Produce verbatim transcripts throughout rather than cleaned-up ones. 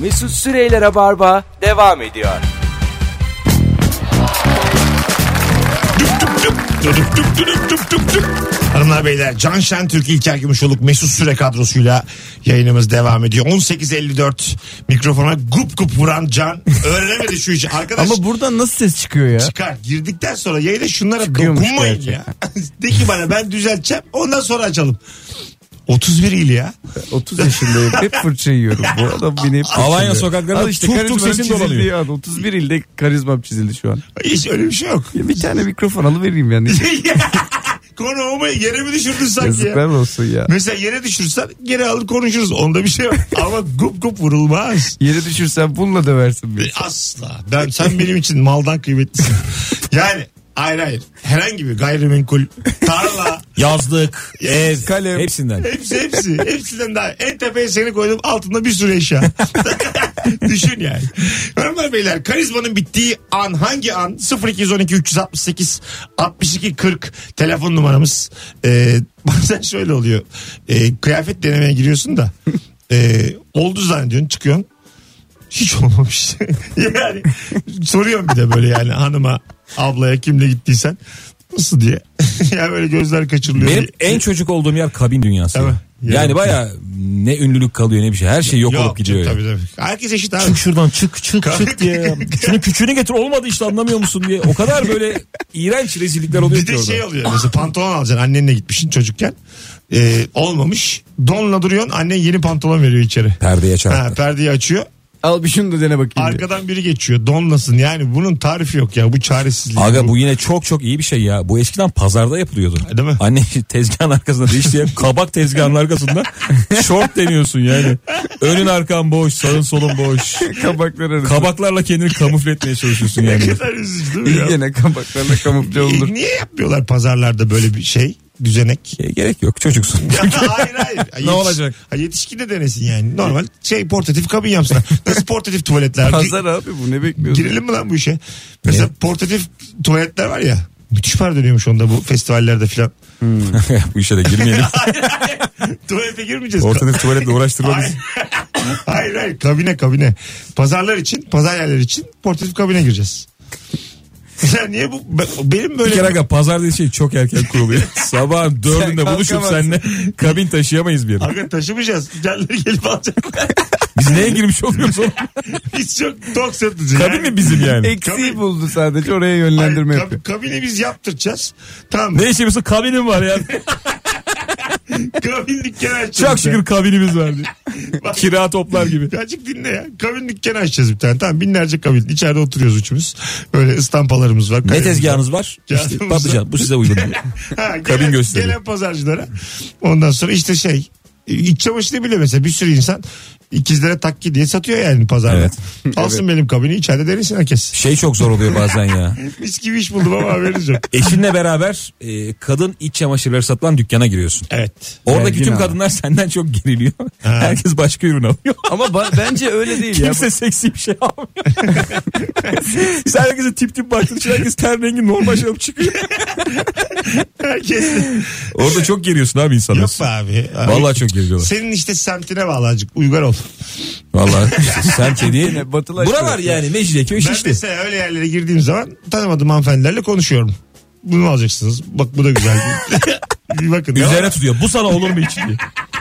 Mesut Süreyler'e barba devam ediyor. Hanımlar beyler, Can Şentürk, İlker Gümüşoluk, Mesut Süre kadrosuyla yayınımız devam ediyor. on sekiz elli dört mikrofona gup gup vuran Can öğrenemedi şu işi. Arkadaş, ama buradan nasıl ses çıkıyor ya? çıkar. Girdikten sonra yayına şunlara Çıkıyormuş dokunmayın gerçekten. ya. De ki bana, ben düzelteceğim, ondan sonra açalım. otuz bir il ya. otuz yaşındayım. Hep fırça yiyorum. Bu adam beni hep Alanya sokaklarında işte tuk tuk sesin dolanıyor. An. otuz bir ilde karizmam çizildi şu an. Hiç öyle bir şey yok. Ya bir tane mikrofon alıvereyim yani. Konuğumu yere mi düşürdün sanki Yazıklar ya? olsun ya. Mesela yere düşürsen geri alır konuşuruz. Onda bir şey yok. Ama gup gup vurulmaz. Yere düşürsen bununla döversin beni. Asla. Ben, sen benim için maldan kıymetlisin. Yani hayır hayır. Herhangi bir gayrimenkul, tarla, Yazlık, ev, kalem. hepsinden. hepsi hepsi. Hepsinden daha. En tepeye seni koydum, altında bir sürü eşya. Düşün yani. Hanımlar beyler, karizmanın bittiği an hangi an? sıfır iki on iki üç altı sekiz altmış iki kırk telefon numaramız. Ee, bazen şöyle oluyor. Ee, kıyafet denemeye giriyorsun da e, oldu zannediyorsun, çıkıyorsun. Hiç olmamış. Yani soruyorum bir de böyle yani hanıma, ablaya, kimle gittiysen nasıl diye. Yani böyle gözler kaçırılıyor. Benim diye. en çocuk olduğum yer kabin dünyası. Değil mi? Yani, Yani- baya ne ünlülük kalıyor ne bir şey. Her şey yok, olup gidiyor. Tabii Ya. tabii. Herkes eşit abi. Çık şuradan, çık çık çık diye. Şunun küçüğünü getir, olmadı işte, anlamıyor musun diye. O kadar böyle iğrenç rezillikler oluyor Bir ki de orada. şey oluyor, mesela pantolon alacaksın, annenle gitmişsin çocukken. Ee, olmamış. Donla duruyorsun, annen yeni pantolon veriyor içeri. Perdeye Ha, çarptı. perdeyi açıyor. Al bir şunu da dene bakayım. diye. Arkadan biri geçiyor. Donlasın. Yani bunun tarifi yok ya. Bu çaresizlik. Aga bu yine çok çok iyi bir şey ya. Bu eskiden pazarda yapılıyordu. Değil mi? Anne tezgahın arkasında değişti. Kabak tezgahın arkasında şort deniyorsun yani. Önün arkan boş, sağın solun boş. Kabaklar arası. Kabaklarla kendini kamufle etmeye çalışıyorsun Ne yani. kadar üzücü değil mi İyi ya? gene kabaklarla kamufle olur. E, niye yapmıyorlar pazarlarda böyle bir şey? Düzenek. E, gerek yok, çocuksun. Ya, hayır hayır. Yetiş- Ne olacak? Ha, yetişkin de denesin yani. Normal şey, portatif kabin yapsınlar. Nasıl portatif tuvaletler? Pazar abi bu, ne bekliyorsun? Girelim mi lan bu işe? Mesela Ne? portatif tuvaletler var ya. Müthiş para dönüyormuş onda, bu festivallerde filan. Bu işe de girmeyelim. Tuvalete girmeyeceğiz. Ortalık tuvaletle uğraştırma bizi. Hayır. hayır hayır, kabine kabine. Pazarlar için, pazar yerleri için portatif kabine gireceğiz. Ya niye bu? Benim Bir böyle... kere aga, pazar dediği şey çok erken kuruluyor. Sabahın dördünde Sen buluşup kalkamazsın. seninle kabin taşıyamayız bir yere. Aga taşımayacağız. Gelleri gelip alacaklar. Biz neye girmiş oluyoruz oğlum? Biz çok tok satıcı. Kabin mi bizim yani? Eksiği Kabin- buldu sadece, oraya yönlendirme Hayır, yapıyor. kab- kabini biz yaptıracağız. Tamam mı? Ne işe mesela kabinim var yani. Kabin dükkanı açacağız. Çok şükür kabinimiz var diye. Bak- Kira toplar gibi. Azıcık dinle ya. Kabin dükkanı açacağız bir tane. Tamam, binlerce kabin. İçeride oturuyoruz üçümüz. Böyle ıstampalarımız var. Ne kalemimiz tezgahınız var? Kağıdımız İşte var. patlıcan, bu size uygun. Ha, gelen, Kabin gösteriyor. Gelen pazarcılara. Ondan sonra işte şey, iç çamaşırı bile mesela bir sürü insan ikizlere takki diye satıyor yani pazarda. Evet. Alsın benim kabini, içeride denesin herkes. Şey çok zor oluyor bazen ya. Mis gibi iş buldum ama haberiniz yok. Eşinle beraber e, kadın iç çamaşırları satılan dükkana giriyorsun. Evet. Oradaki Gergin tüm ama. kadınlar senden çok geriliyor. Herkes başka ürün alıyor. Ama ba- bence öyle değil ya. Kimse seksi bir şey almıyor. Sen herkese tip tip baktığın için herkes ten rengi normal şey alıp çıkıyor. Herkes. Orada çok geriyorsun abi insanı. Yok be abi. abi. Vallahi çok geriyorlar. Senin işte semtine bağlı azıcık. Uygar ol. Vallahi işte sen kediye. Batılaşıyor. Buralar yani Mecidiyeköy Ben işte. mesela öyle yerlere girdiğim zaman tanımadığım hanımefendilerle konuşuyorum. Bunu alacaksınız. Bak bu da güzel. Bir bakın. ya. Üzerine tutuyor. Bu sana olur mu hiç diye.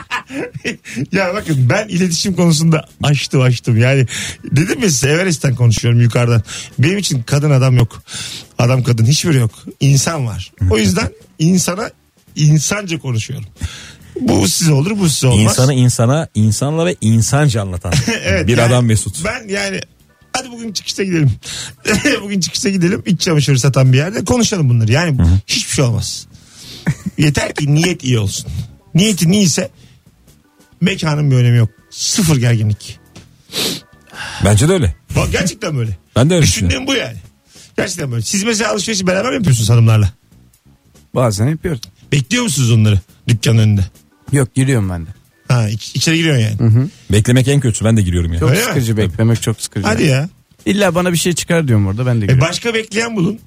Ya bakın, ben iletişim konusunda açtım açtım. Yani dedim ya size, Everest'ten konuşuyorum yukarıdan. Benim için kadın adam yok. Adam kadın hiçbiri yok. İnsan var. O yüzden insana insanca konuşuyorum. Bu size olur, bu size olmaz. İnsanı insana, insanla ve insanca anlatan Evet, bir yani adam Mesut. Ben yani hadi bugün çıkışta gidelim. Bugün çıkışta gidelim. İç çamaşırı satan bir yerde konuşalım bunları. Yani Hı-hı. hiçbir şey olmaz. Yeter ki niyet iyi olsun. Niyeti neyse mekanın bir önemi yok. Sıfır gerginlik. Bence de öyle. Bak, gerçekten böyle. Ben de öyle düşünüyorum. Düşündüğüm bu yani. Gerçekten böyle. Siz mesela alışverişi beraber mi yapıyorsunuz hanımlarla? Bazen yapıyoruz. Bekliyor musunuz onları dükkanın önünde? Yok, giriyorum ben de. Ha, iç, içeri giriyorsun yani. Hı hı. Beklemek en kötüsü, ben de giriyorum ya. Çok Öyle mi? sıkıcı beklemek, çok sıkıcı. Hadi ya. İlla bana bir şey çıkar diyorum orada, ben de E giriyorum. başka bekleyen bulun.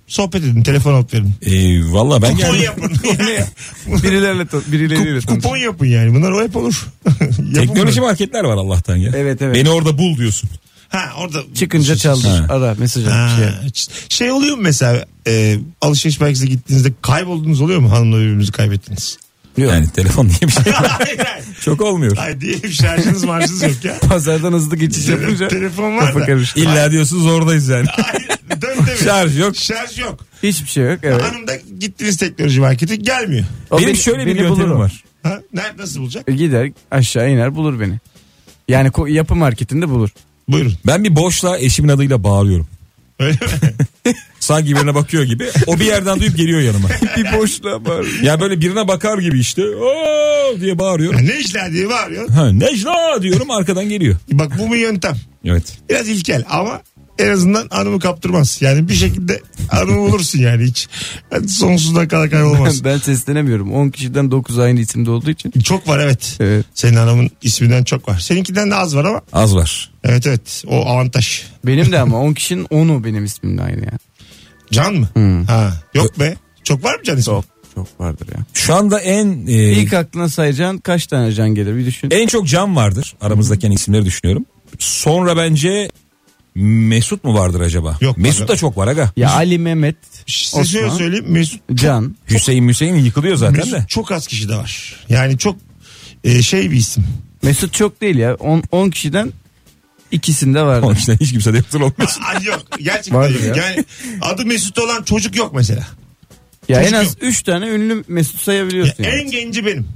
Sohbet edin. Telefon alıp verin. Ee, Valla ben Kupon geldim. yapın. Birilerle ta- birileriyle Kup- kupon yapın yani. Bunlar o hep olur. Yapın Teknoloji bunu. marketler var Allah'tan ya. Evet, evet. Beni orada bul diyorsun. Ha orada. çıkınca çaldır. Ha. Ara mesaj at. Ha, Şey. şey oluyor mu mesela e, alışveriş merkezine gittiğinizde kayboldunuz oluyor mu? Hanımla birbirinizi kaybettiniz. Yok. Yani telefon diye bir şey Hayır, hayır. çok olmuyor. Ay diyelim şarjınız marjınız yok ya. Pazardan hızlı geçiş yapınca Telefon var kafa da. karıştı. İlla diyorsunuz oradayız yani. Hayır, dön deme. Şarj yok. Şarj yok. Hiçbir şey yok. Evet. Hanım da gittiniz teknoloji markete gelmiyor. O Benim beni- şöyle bir beni bulur yöntemim o. var. Ha? Nerede nasıl bulacak? E, Gider aşağı iner bulur beni. Yani ko- yapı marketinde bulur. Buyurun. Ben bir boşluğa eşimin adıyla bağırıyorum. Öyle mi? Sanki birine bakıyor gibi. O bir yerden duyup geliyor yanıma. Bir boşluğa var. Ya böyle birine bakar gibi işte. Oo diye bağırıyor. ne işler diye bağırıyor. Ha, Necla diyorum arkadan geliyor. Bak bu mu yöntem? Evet. Biraz ilkel ama en azından hanımı kaptırmaz. Yani bir şekilde hanımı bulursun yani hiç. Yani sonsuza kadar kaybolmaz. Ben seslenemiyorum. on kişiden dokuz aynı isimde olduğu için. Çok var evet. Evet. Senin hanımın isminden çok var. Seninkinden de az var ama. Az var. Evet evet o avantaj. Benim de ama on kişinin onu benim ismimle aynı yani. Can mı? Hmm. Ha. Yok be. Çok var mı Can ismi? Çok. Çok vardır ya. Şu anda en e, İlk aklına sayacağın kaç tane can gelir bir düşün. en çok Can vardır. Aramızdaki isimleri düşünüyorum. Sonra bence Mesut mu vardır acaba? Yok, Mesut var. da çok var aga. Ya Ali, Mehmet, Size şöyle Osman, söyleyeyim. Mesut, Can. Hüseyin Hüseyin yıkılıyor zaten Mesut de. çok az kişi de var. Yani çok e, şey bir isim. Mesut çok değil ya. on kişiden ikisinde vardır. Onun için hiç kimse de yoktur olmuyor. Ay yok. Gerçekten Vardır yok. ya. Yani adı Mesut olan çocuk yok mesela. Ya en Çocuk az yok. üç tane ünlü Mesut Ya sayabiliyorsun. yani. en genci benim.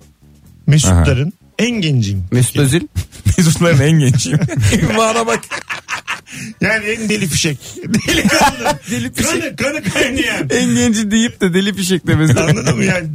Mesutların en genciyim. Mesut Özil. Mesutların en gençiyim. Bana bak. Yani en deli fişek. Deli kanı. deli fişek. Kanı, kanı kaynayan. En genci deyip de deli fişek demesi. Anladın mı yani?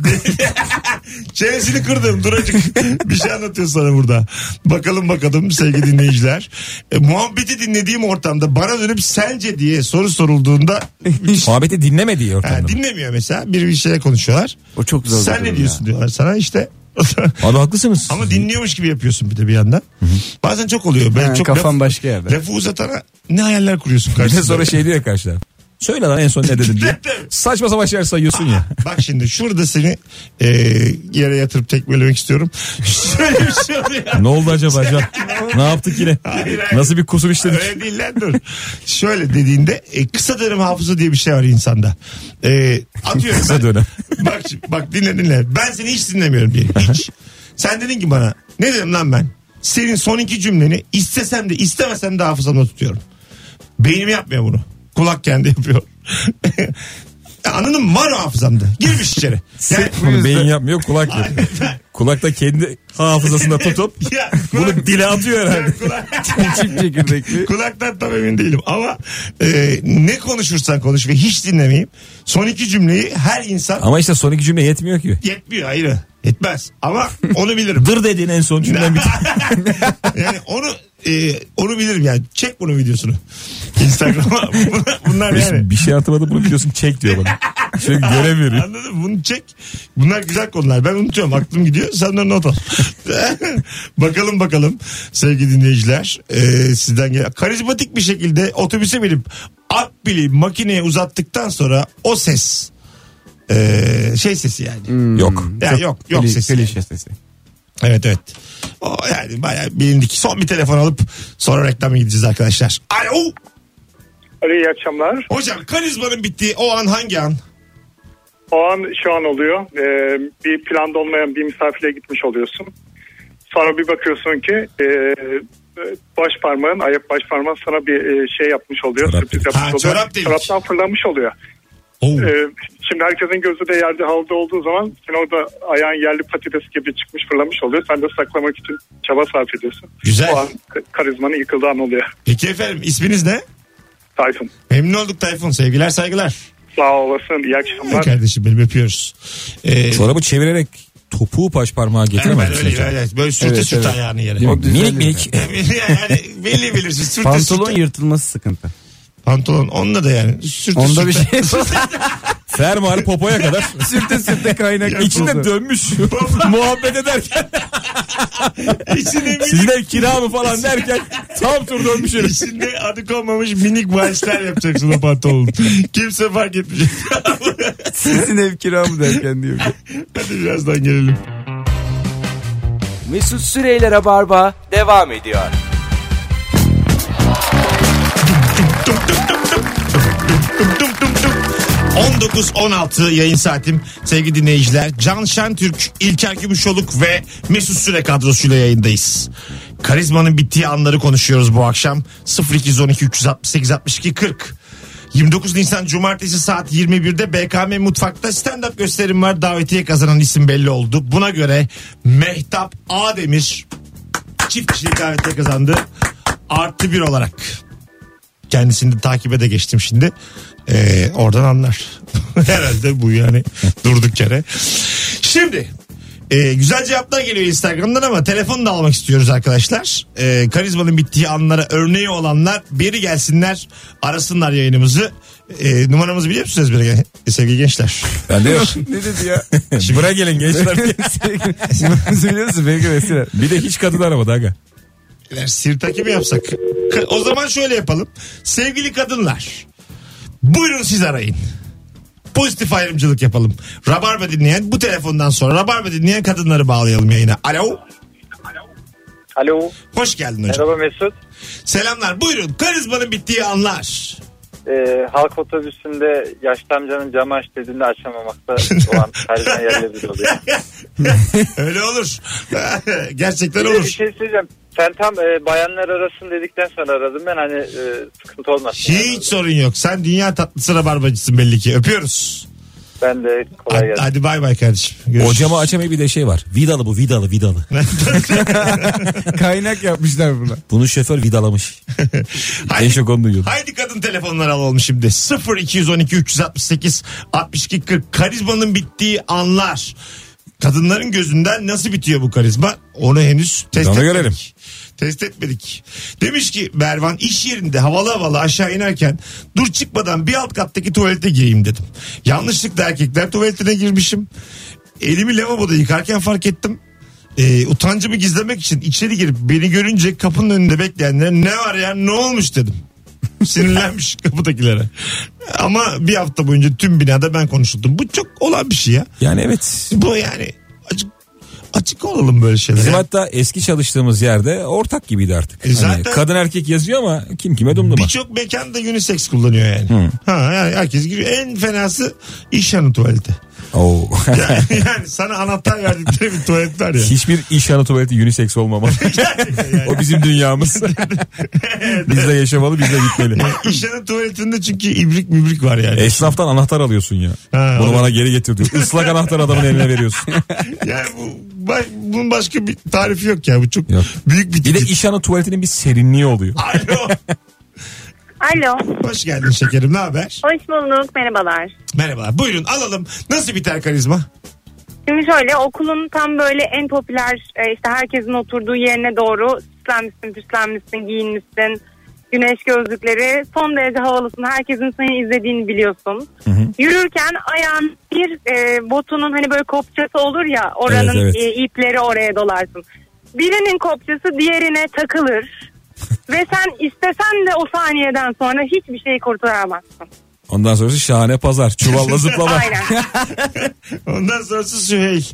Çenesini kırdım duracık. Bir şey anlatıyor sana burada. Bakalım bakalım sevgili dinleyiciler. E, muhabbeti dinlediğim ortamda bana dönüp sence diye soru sorulduğunda Muhabbeti dinlemediği ha, ortamda. dinlemiyor mesela. Bir bir şeye konuşuyorlar. O çok zor. Sen ne diyorsun diyorlar sana işte. Abi haklısınız. Ama dinliyormuş gibi yapıyorsun bir de bir yandan. Bazen çok oluyor. Ben Ha, çok kafam laf, başka yerde. lafı uzatana ne hayaller kuruyorsun Bir de karşısında. sonra şey diyor ya karşılar. Söyle lan en son ne dedin diye. Saçma sapan şeyler sayıyorsun ya. Bak şimdi şurada seni e, yere yatırıp tekmelemek istiyorum. Şöyle bir şey oluyor. Ne oldu acaba Can? Ne yaptık yine? Hayır, hayır. Nasıl bir kusur işledik? Öyle değil lan dur. Şöyle dediğinde e, kısa dönem hafıza diye bir şey var insanda. E, atıyorum Kısa ben- dönem. Bak, şimdi- bak dinle dinle. Ben seni hiç dinlemiyorum diye. Hiç. Sen dedin ki bana ne dedim lan ben? Senin son iki cümleni istesem de istemesem de hafızamda tutuyorum. Beynim yapmıyor bunu. Kulak kendi yapıyor. Anladın mı? Var o hafızamda. Girmiş içeri. Yani, Onu beyin yapmıyor kulak yapıyor. Kulak da kendi hafızasında tutup ya, bunu kulak, dile atıyor herhalde. kulak, Çift çekirdekli. kulaktan tam emin değilim ama e, ne konuşursan konuş ve hiç dinlemeyeyim. Son iki cümleyi her insan Ama işte son iki cümle yetmiyor ki. yetmiyor ayrı. Yetmez. Ama onu bilirim. Dır dediğin en son cümlen bitti. Yani onu e, onu bilirim yani. Çek bunun videosunu. Instagram'a. Bunlar, bunlar yani. Bir şey hatırladım bunu biliyorsun çek diyor bana. Şöyle görev veriyor. Anladın mı? Bunu çek. Bunlar güzel konular. Ben unutuyorum. Aklım gidiyor. Sen de not al. bakalım bakalım sevgili dinleyiciler. E, sizden gelen. Karizmatik bir şekilde otobüse binip akbili makineye uzattıktan sonra o ses e, şey sesi yani. Hmm, Yok. Ya çok yok yok kli- sesi. klişe sesi. Evet evet. O yani bayağı bilindik. Son bir telefon alıp sonra reklama gideceğiz arkadaşlar. Alo. Alo iyi akşamlar. Hocam karizmanın bittiği o an hangi an? O an şu an oluyor. Ee, bir planda olmayan bir misafire gitmiş oluyorsun. Sonra bir bakıyorsun ki e, baş parmağın, ayak baş parmağın sana bir e, şey yapmış oluyor. Çorap Sürpriz delik. yapmış Ha, oluyor. çorap delik. Çoraptan fırlamış oluyor. Oo. Ee, şimdi herkesin gözü de yerde havluda olduğu zaman sen orada ayağın yerli patates gibi çıkmış fırlamış oluyor. Sen de saklamak için çaba sarf ediyorsun. Güzel. O an karizmanın yıkıldığı an oluyor. Peki efendim isminiz ne? Tayfun. Memnun olduk Tayfun. Sevgiler saygılar. Sağ olasın. İyi akşamlar. Ay kardeşim benim öpüyoruz. Ee, Çorabı çevirerek topuğu baş parmağa ben getiremedin. öyle, öyle, böyle sürte Evet, sürte evet. ayağını yere. Değil mi? O düzenli Minik minik. yani belli bilirsin. Sürte Pantolon sürte. yırtılması sıkıntı. Pantolon onunla da yani. Sürtü Onda bir sürtü. şey Fermuarı popoya kadar. sürte sürte kaynak İçinde yapıldı. dönmüş. Muhabbet ederken. İçinde minik, Sizde kira mı falan derken tam tur dönmüş herif. içinde adı konmamış minik valizler yapacaksın o pantolonun. Kimse fark etmeyecek. Sizin ev kira mı derken diyor. Hadi birazdan gelelim. Mesut Süreyler'e barba devam ediyor. Tum tum tum tum. Tum tum tum tum. on dokuz on altı yayın saatim sevgili dinleyiciler. Can Şentürk, İlker Gümüşoluk ve Mesut Süre kadrosuyla yayındayız. Karizmanın bittiği anları konuşuyoruz bu akşam. sıfır iki on iki üç altı sekiz altmış iki kırk. yirmi dokuz Nisan Cumartesi saat yirmi birde B K M Mutfak'ta stand-up gösterim var. Davetiye kazanan isim belli oldu. Buna göre Mehtap Ademir çift kişilik davetiye kazandı. Artı bir olarak. Kendisini de takibe de geçtim şimdi. Ee, oradan anlar. Herhalde bu yani durduk yere. Şimdi e, güzel cevaplar geliyor Instagram'dan ama telefonu da almak istiyoruz arkadaşlar. E, karizmanın bittiği anlara örneği olanlar biri gelsinler arasınlar yayınımızı. E, numaramızı biliyor musunuz ezbere sevgili gençler? Ben de yok. Ne dedi ya? Buraya gelin gençler. Biliyor musun? Belki mesela. Bir de hiç kadın aramadı aga. Sir takimi yapsak. O zaman şöyle yapalım. Sevgili kadınlar, buyurun siz arayın. Pozitif ayrımcılık yapalım. Rabarba dinleyen bu telefondan sonra Rabarba dinleyen kadınları bağlayalım yayına. Alo. Alo. Hoş geldin hocam. Merhaba Mesut. Selamlar. Buyurun. Karizmanın bittiği anlar. Ee, halk otobüsünde yaşlı amcanın camı aç dediğinde açamamakta o an karizma yerle bir oluyor. Öyle olur. Gerçekten Bir de bir olur. şey söyleyeceğim. Sen tam e, bayanlar arasın dedikten sonra aradım ben hani e, sıkıntı olmasın. Hiç yani. sorun yok. Sen dünya tatlısı rabarbacısın belli ki. Öpüyoruz. Ben de kolay Hadi, gelsin. hadi bay bay kardeşim. Görüşürüz. O camı açamayı bir de şey var. Vidalı bu vidalı vidalı. Kaynak yapmışlar buna. Bunu şoför vidalamış. En Haydi, çok onu duyuyordum. haydi kadın telefonları alalım şimdi. sıfır iki on iki üç altı sekiz altmış iki kırk. Karizmanın bittiği anlar. Kadınların gözünden nasıl bitiyor bu karizma? Onu henüz test Onu etmedik. görelim. Test etmedik. Demiş ki Bervan iş yerinde havalı havalı aşağı inerken dur çıkmadan bir alt kattaki tuvalete gireyim dedim. Yanlışlıkla erkekler tuvaletine girmişim. Elimi lavaboda yıkarken fark ettim. Ee, utancımı gizlemek için içeri girip beni görünce kapının önünde bekleyenlere ne var ya ne olmuş dedim. Sinirlenmiş kapıdakilere. Ama bir hafta boyunca tüm binada ben konuşuldum. Bu çok olan bir şey ya. Yani evet. Bu yani açık, açık olalım böyle şeyler. Bizim ya. hatta eski çalıştığımız yerde ortak gibiydi artık. E zaten- Hani kadın erkek yazıyor ama kim kime dumduma. Birçok mekanda unisex kullanıyor yani. Ha yani herkes giriyor. En fenası iş yanı tuvaleti. Oo. Yani, yani sana anahtar verdikleri bir tuvalet var ya. Hiçbir iş yanı tuvaleti unisex olmamalı. Yani. O bizim dünyamız. Biz de yaşamalı, biz de gitmeli. İş yanı tuvaletinde çünkü ibrik mübrik var yani. Esnaftan anahtar alıyorsun ya. Ha, Bunu evet. bana geri getir diyor. Islak anahtar adamın eline veriyorsun. Yani bu, ba- bunun başka bir tarifi yok ya. Bu çok Yok. büyük bir Bir de tip. iş yanı tuvaletinin bir serinliği oluyor. Alo. Alo. Hoş geldin şekerim, ne haber? Hoş bulduk. Merhabalar. Merhabalar. Buyurun alalım. Nasıl biter karizma? Şimdi şöyle okulun tam böyle en popüler e, işte herkesin oturduğu yerine doğru süslenmişsin, püslenmişsin, giyinmişsin. Güneş gözlükleri son derece havalısın. Herkesin seni izlediğini biliyorsun. Hı hı. Yürürken ayağın bir e, botunun hani böyle kopçası olur ya oranın Evet, evet. e, ipleri oraya dolarsın. Birinin kopçası diğerine takılır. Ve sen istesen de o saniyeden sonra hiçbir şeyi kurtaramazsın. Ondan sonrası şahane pazar. Çuvalla zıplama. Aynen. Ondan sonrası Süheyl.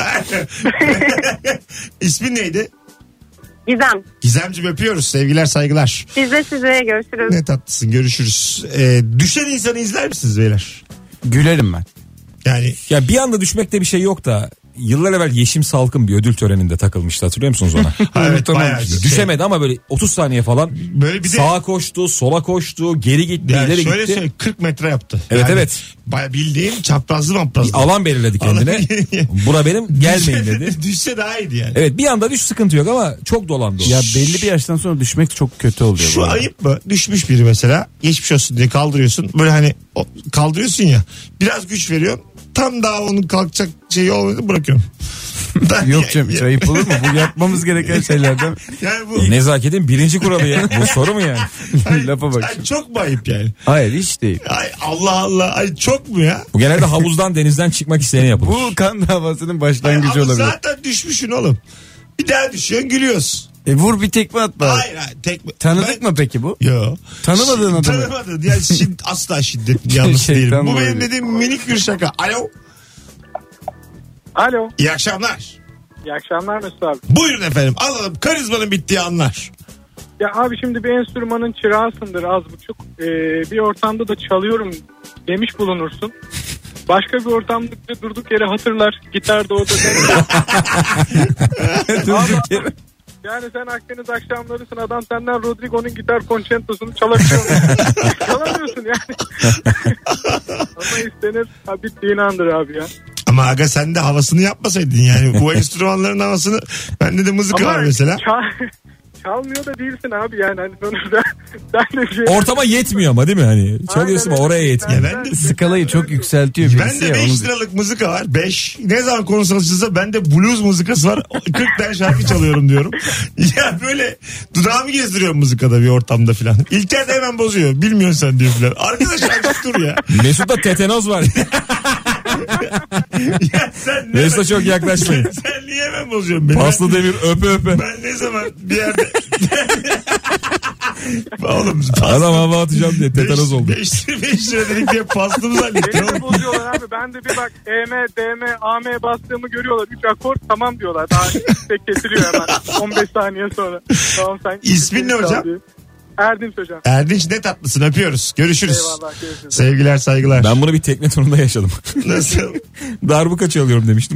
İsmin neydi? Gizem. Gizemciğim öpüyoruz. Sevgiler saygılar. Biz de size görüşürüz. Ne tatlısın, görüşürüz. Ee, düşen insanı izler misiniz beyler? Gülerim ben. Yani Ya bir anda düşmekte bir şey yok da yıllar evvel Yeşim Salkım bir ödül töreninde takılmıştı, hatırlıyor musunuz ona? evet, bayağı şey. Düşemedi ama böyle otuz saniye falan Böyle bir de sağa koştu, sola koştu, geri gitti, yani ileri şöyle gitti. söyle kırk metre yaptı. Evet, Yani evet. Bayağı bildiğin çaprazlı mamprazlı. Bir alan belirledi kendine. Alan- Bura benim, gelmeyin dedi. Düşse daha iyiydi yani. Evet, bir anda düş, sıkıntı yok ama çok dolandı o. Ya belli bir yaştan sonra düşmek çok kötü oluyor. bu Şu arada. ayıp mı? Düşmüş biri mesela. Geçmiş olsun diye kaldırıyorsun. Böyle hani o- kaldırıyorsun ya. Biraz güç veriyorsun. Tam daha onun kalkacak şeyi olmadı bırakıyorum. Yok canım hiç ayıp olur mu? Bu yapmamız gereken şeylerden. Yani bu Nezaketin birinci kuralı ya. Bu soru mu yani? Lafa bak. ay, çok mu ayıp yani? Hayır hiç değil. Ay Allah Allah. Ay çok mu ya? Bu genelde havuzdan denizden çıkmak isteyene yapılır. Bu kan davasının Ay, başlangıcı ama olabilir. zaten düşmüşsün oğlum. Bir daha düşüyorsun gülüyorsun. E vur bir tekme at bari. Hayır hayır. Tek... Tanıdık Ben- mı peki bu? Yo. Tanımadığın adamı. Tanımadın. Yani şid- asla şiddet yanlısı Şeytan değilim. Bu bu benim öyle. dediğim minik bir şaka. Alo. Alo. İyi akşamlar. İyi akşamlar Mesut abi. Buyurun efendim. Alalım karizmanın bittiği anlar. Ya abi şimdi bir enstrümanın çırağısındır az buçuk. Ee, bir ortamda da çalıyorum demiş bulunursun. Başka bir ortamda bir durduk yere hatırlar. Gitar da orada. Durduk yere. Yani sen Akdeniz akşamlarısın, adam senden Rodrigo'nun gitar konçentosunu çalabiliyor musun? Çalamıyorsun yani. Ama istenir ha, bittiğin andır abi ya. Ama aga sen de havasını yapmasaydın yani. Bu enstrümanların havasını. Bende de mızıka var mesela. Çal, çalmıyor da değilsin abi yani. Hani sonuçta sen de bir şey... Ortama yetmiyor ama değil mi? Hani çalıyorsun ama oraya yetmiyor. Ya ben de, Skalayı çok yükseltiyor ben birisi de ya. beş Onu... liralık mızıka var. beş. Ne zaman konu açılsa bende blues mızıkası var. kırk tane şarkı çalıyorum diyorum. Ya böyle dudağımı gezdiriyorum mızıkada bir ortamda filan. İlker de hemen bozuyor. Bilmiyorsun sen diyor filan. Arkadaş azıcık dur ya. Mesut'ta tetanoz var. Ya sen ne Mesut'a çok yaklaşmayın. Sen niye hemen bozuyorsun beni? Paslı demir öpe öpe. Ben ne zaman bir yerde... Oğlum paslı... Adam hava atacağım diye tetanoz oldu. beş lira dedik diye pastımı zannettim. Beni de bozuyorlar abi. Ben de bir bak E M, D M, A M bastığımı görüyorlar. üç akor tamam diyorlar. Daha tek kesiliyor hemen. on beş saniye sonra. Tamam sen. İsmin ne hocam? Diyor. Erdinç hocam. Erdinç ne tatlısın, öpüyoruz. Görüşürüz. Eyvallah. Görüşürüz. Sevgiler saygılar. Ben bunu bir tekne turunda yaşadım. Nasıl? Darbuka çalıyorum demiştim.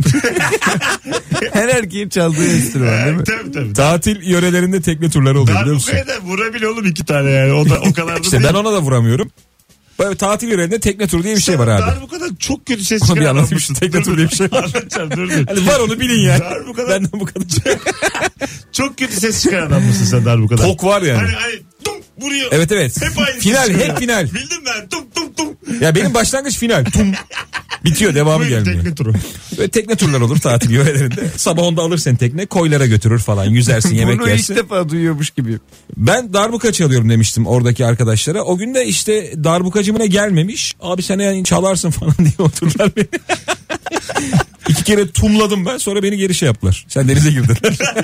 Her erkeğin çaldığı enstrüman değil mi? tabii tabii. Tatil yörelerinde tekne turları oluyor biliyor musun? Darbukaya da vurabiliyor oğlum iki tane yani. O da o kadar da İşte değil. ben ona da vuramıyorum. Böyle tatil yörelerinde tekne turu diye bir şey var abi. Darbukada çok kötü ses Onu bir çıkaran anlatayım adammışsın. işte, tekne turu diye bir şey var. Anlatacağım dur dur. Hani var onu bilin yani. Darbukada Benden bu kadar. çok kötü ses çıkaran adam mısın sen Darbukada? Tok var yani. Hani hani tum vuruyor. Evet evet. Hep aynı Final ses hep çıkarıyor. final. Bildim ben tum tum tum. Ya benim başlangıç final. Tum. Bitiyor devamı Buyurun gelmiyor. tekne turu. Böyle tekne turlar olur tatil yörelerinde. Sabah onda alır seni tekne koylara götürür falan. Yüzersin yemek Bunu ilk yersin. defa duyuyormuş gibi. Ben darbuka çalıyorum demiştim oradaki arkadaşlara. O gün de işte darbukacımına gelmemiş. Abi sen yani çalarsın falan diye oturdular beni. İki kere tumladım ben, sonra beni geri şey yaptılar. Sen denize girdin.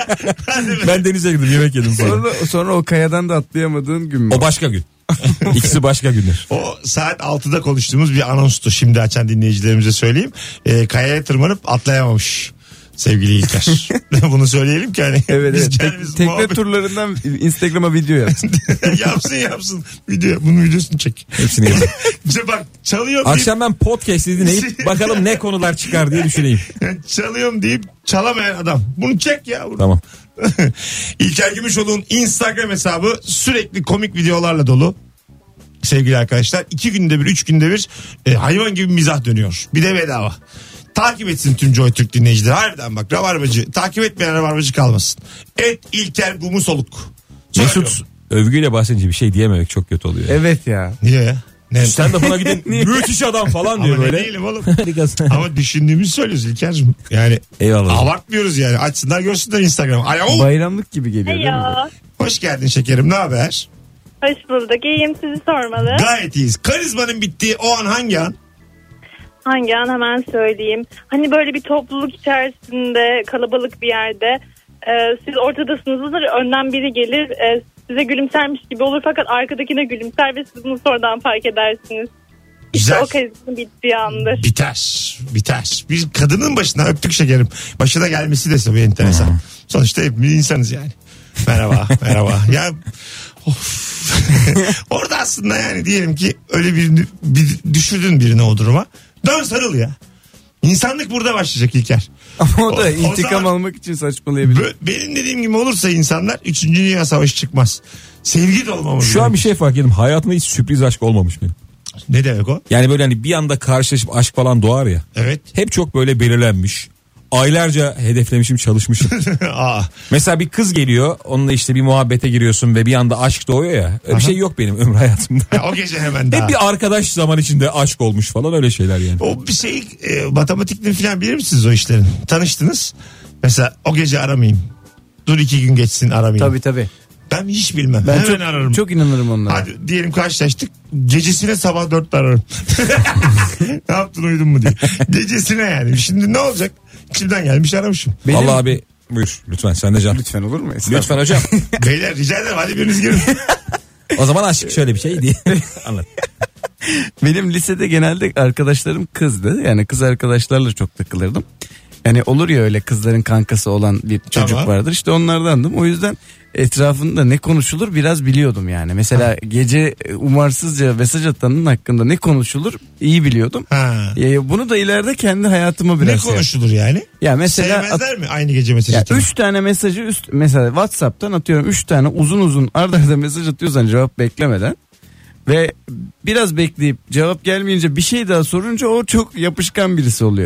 Ben denize girdim, yemek yedim falan. Sonra, sonra o kayadan da atlayamadığın gün mü? O başka gün. İkisi başka günler. O saat altıda konuştuğumuz bir anonstu. Şimdi açan dinleyicilerimize söyleyeyim. Ee, kayaya tırmanıp atlayamamış sevgili İlker. Bunu söyleyelim ki hani. Evet, biz evet. Tek- kendimiz tekne muhabbet- turlarından Instagram'a video yapsın. yapsın yapsın. Video, bunun videosunu çek. Hepsini yedim. İşte bak çalıyorum deyip, Akşam ben podcast dinleyip bakalım ne konular çıkar diye düşüneyim. çalıyorum deyip çalamayan adam. Bunu çek ya. Bunu. Tamam. İlker Gümüşoğlu'nun Instagram hesabı sürekli komik videolarla dolu. Sevgili arkadaşlar, iki günde bir, üç günde bir e, hayvan gibi mizah dönüyor. Bir de bedava. Takip etsin tüm Joy Türk dinleyicileri. Harbiden bak, Rabarbacı takip etmeyen Rabarbacı kalmasın. Et İlker Gumusoluk. Mesut övgüyle bahsedince bir şey diyememek çok kötü oluyor. Evet ya. Niye ya? Ne? Sen de buna gidin müthiş adam falan diyor Ama ne böyle. değilim oğlum. Harikasın. Ama düşündüğümüzü söylüyoruz İlker'cim. Yani Eyvallah. abartmıyoruz yani. Açsınlar görsünler Instagram. Alo. Bayramlık gibi geliyor değil mi? Alo. Hoş geldin şekerim, ne haber? Hoş bulduk. İyiyim, sizi sormalı. Gayet iyiyiz. Karizmanın bittiği o an hangi an? Hangi an hemen söyleyeyim. Hani böyle bir topluluk içerisinde, kalabalık bir yerde e, siz ortadasınızdır, önden biri gelir e, size gülümsermiş gibi olur fakat arkadakine gülümser ve siz bunu sonradan fark edersiniz. İşte Güzel. o karizmanın bittiği andır. Biter. Biter. Bir kadının başına öptük şekerim. Başına gelmesi de tabii enteresan. Sonuçta hepimiz insanız yani. Merhaba. merhaba. Ya of. Orada aslında yani diyelim ki öyle birini bir, düşürdün birini o duruma. Dön sarıl ya. İnsanlık burada başlayacak İlker. Ama o da O- o intikam zaman- almak için saçmalayabilir. Bö- Benim dediğim gibi olursa insanlar üçüncü Dünya Savaşı çıkmaz. Sevgi de olmamız Şu an gerekir. bir şey fark ettim. Hayatımda hiç sürpriz aşk olmamış benim. Ne demek o? Yani böyle hani bir anda karşılaşıp aşk falan doğar ya. Evet. Hep çok böyle belirlenmiş. Aylarca hedeflemişim, çalışmışım. Aa, Mesela bir kız geliyor, onunla işte bir muhabbete giriyorsun ve bir anda aşk doğuyor ya. Öyle bir şey yok benim ömrü hayatımda. ya o gece hemen daha. Hep bir arkadaş zaman içinde aşk olmuş falan, öyle şeyler yani. O bir şey e, matematikini falan bilir misiniz o işlerin? Tanıştınız. Mesela o gece aramayayım. Dur iki gün geçsin aramayayım. Tabii tabii. Ben hiç bilmem. Ben Hemen çok, ararım. çok inanırım onlara. Hadi diyelim karşılaştık. Gecesine sabah dörtte ararım. Ne yaptın, uyudun mu diye. Gecesine yani. Şimdi ne olacak? İçimden gelmiş aramışım. Benim- Vallahi abi buyur lütfen sen de can. Lütfen olur mu? Lütfen hocam. Beyler rica ederim, hadi biriniz girin. O zaman aşk şöyle bir şey diye. Anlat. Benim lisede genelde arkadaşlarım kızdı. Yani kız arkadaşlarla çok takılırdım. Yani olur ya öyle kızların kankası olan bir çocuk Tamam. vardır. İşte onlardandım. O yüzden etrafında ne konuşulur biraz biliyordum yani. Mesela gece umarsızca mesaj atanın hakkında ne konuşulur iyi biliyordum. Ha. Ee, bunu da ileride kendi hayatıma biraz Ne şey- konuşulur yani? Ya mesela Sevmezler mi aynı gece mesaj ya atan? üç tane mesajı üst mesela WhatsApp'tan atıyorum üç tane uzun uzun arda arda mesaj atıyorsan cevap beklemeden ve biraz bekleyip cevap gelmeyince bir şey daha sorunca o çok yapışkan birisi oluyor.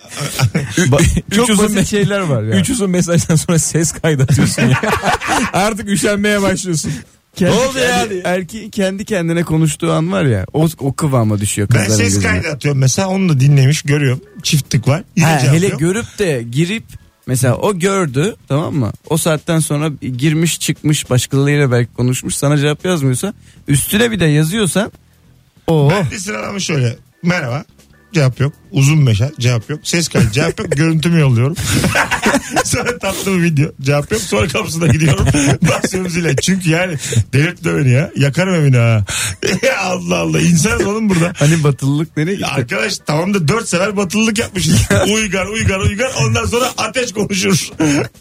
Ba- çok Üç uzun basit me- şeyler var ya. Üç uzun mesajdan sonra ses kaydı atıyorsun ya. Artık üşenmeye başlıyorsun. Kendi, Ne oldu ya? kendi- erkeğin kendi kendine konuştuğu an var ya o, o kıvama düşüyor Ben kızların ses gözüne. kaydı atıyorum mesela, onu da dinlemiş görüyorum. Çiftlik var. Yine Ha, cevap hele yok. görüp de girip mesela o gördü, tamam mı? O saatten sonra girmiş çıkmış başkalarıyla belki konuşmuş, sana cevap yazmıyorsa üstüne bir de yazıyorsan o Ben de sıralama şöyle. Merhaba. Cevap yok. Uzun mesaj. Cevap yok. Ses kaydı. Cevap yok. Görüntümü yolluyorum. Sonra tatlı bir video. Cevap yok. Sonra kapısına gidiyorum. Basıyorum zile. Çünkü yani delirtme beni ya. Yakarım evini ha. Allah Allah. İnsanız oğlum burada. hani batılılık nereye gitti? Arkadaş tamam da dört sefer batılılık yapmışız. Uygar uygar uygar. Ondan sonra ateş konuşur.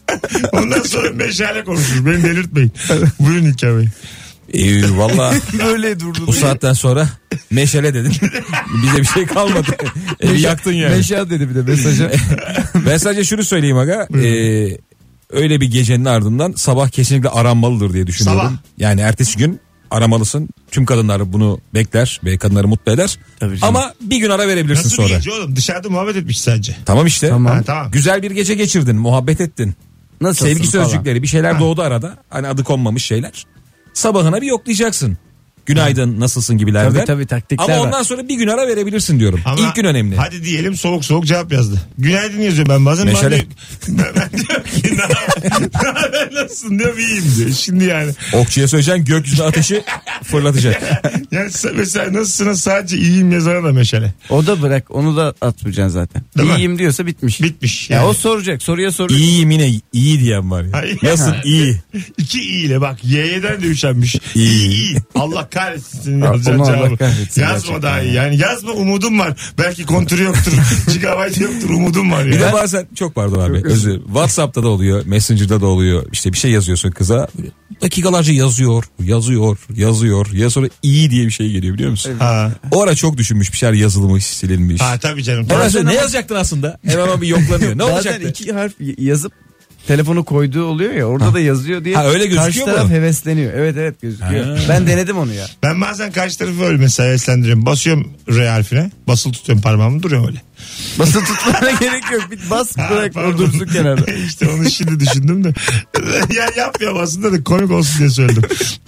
Ondan sonra meşale konuşur. Beni delirtmeyin. Buyurun İlker Bey. Ee, Valla Böyle durdu. bu saatten sonra meşale dedin. Bize bir şey kalmadı. Evi yaktın yani. Meşal dedi bir de mesaja. Ben sadece şunu söyleyeyim aga. Ee, öyle bir gecenin ardından sabah kesinlikle aranmalıdır diye düşünüyorum. Sabah. Yani ertesi gün aramalısın. Tüm kadınlar bunu bekler ve kadınları mutlu eder. Tabii canım. Ama bir gün ara verebilirsin Nasıl sonra. bir gece oğlum? Dışarıda muhabbet etmiş sadece. Tamam işte. Tamam. Ha, tamam. Güzel bir gece geçirdin, muhabbet ettin. Nasılsın Sevgi falan. sözcükleri, bir şeyler doğdu arada. Hani adı konmamış şeyler. Sabahına bir yoklayacaksın. Günaydın, nasılsın gibilerden. Tabii tabii taktikler Ama var. ondan sonra bir gün ara verebilirsin diyorum. Ama İlk gün önemli. Hadi diyelim soğuk soğuk cevap yazdı. Günaydın yazıyor ben bazen. Meşale. Ben, diyor- ben, ben diyorum ki ne haber, nasılsın diyor, iyiyim diyor. Şimdi yani. Okçuya söyleyeceksin, gökyüzüne ateşi fırlatacak. Yani sa- mesela nasılsınız sadece iyiyim yazana da meşale. O da bırak, onu da atmayacaksın zaten. Değil mi? İyiyim diyorsa bitmiş. Bitmiş. Ya Yani. o soracak, soruya soracak. İyiyim yine iyi diyen var ya. Hayır. Nasıl iyi? İki i ile bak Y'den de üşenmiş. İyi. İyi iyi. Allah kahretsin senin Ha, yazacağın onu Allah cevabı. kahretsin Yazma gerçekten daha iyi. ya. Yani yazma, umudum var. Belki kontürü yoktur. Gigabyte yoktur, umudum var Bir ya. de bazen çok pardon abi özür. WhatsApp'ta da oluyor, Messenger'da da oluyor. İşte bir şey yazıyorsun kıza. Dakikalarca yazıyor, yazıyor, yazıyor. Ya sonra iyi diye bir şey geliyor biliyor musun? Ha. O ara çok düşünmüş, bir şeyler yazılmış, silinmiş. ha tabii canım. Hemen Bazen- söyle, ne yazacaktın aslında? Hemen ama bir yoklanıyor. Ne Bazen olacaktı? iki harf yazıp telefonu koyduğu oluyor ya, orada da yazıyor diye. Ha, öyle gözüküyor karşı mu? taraf hevesleniyor. Evet evet gözüküyor. Ha. Ben denedim onu ya. Ben bazen karşı tarafı öyle mesela heveslendiriyorum. Basıyorum R harfine. Basılı tutuyorum parmağımı, duruyorum öyle. Basın tutmana gerek yok. Bir bas Ha, bırak pardon. o dursun kenarda. İşte onu şimdi düşündüm de. Yani yapmıyorum aslında da komik olsun diye söyledim.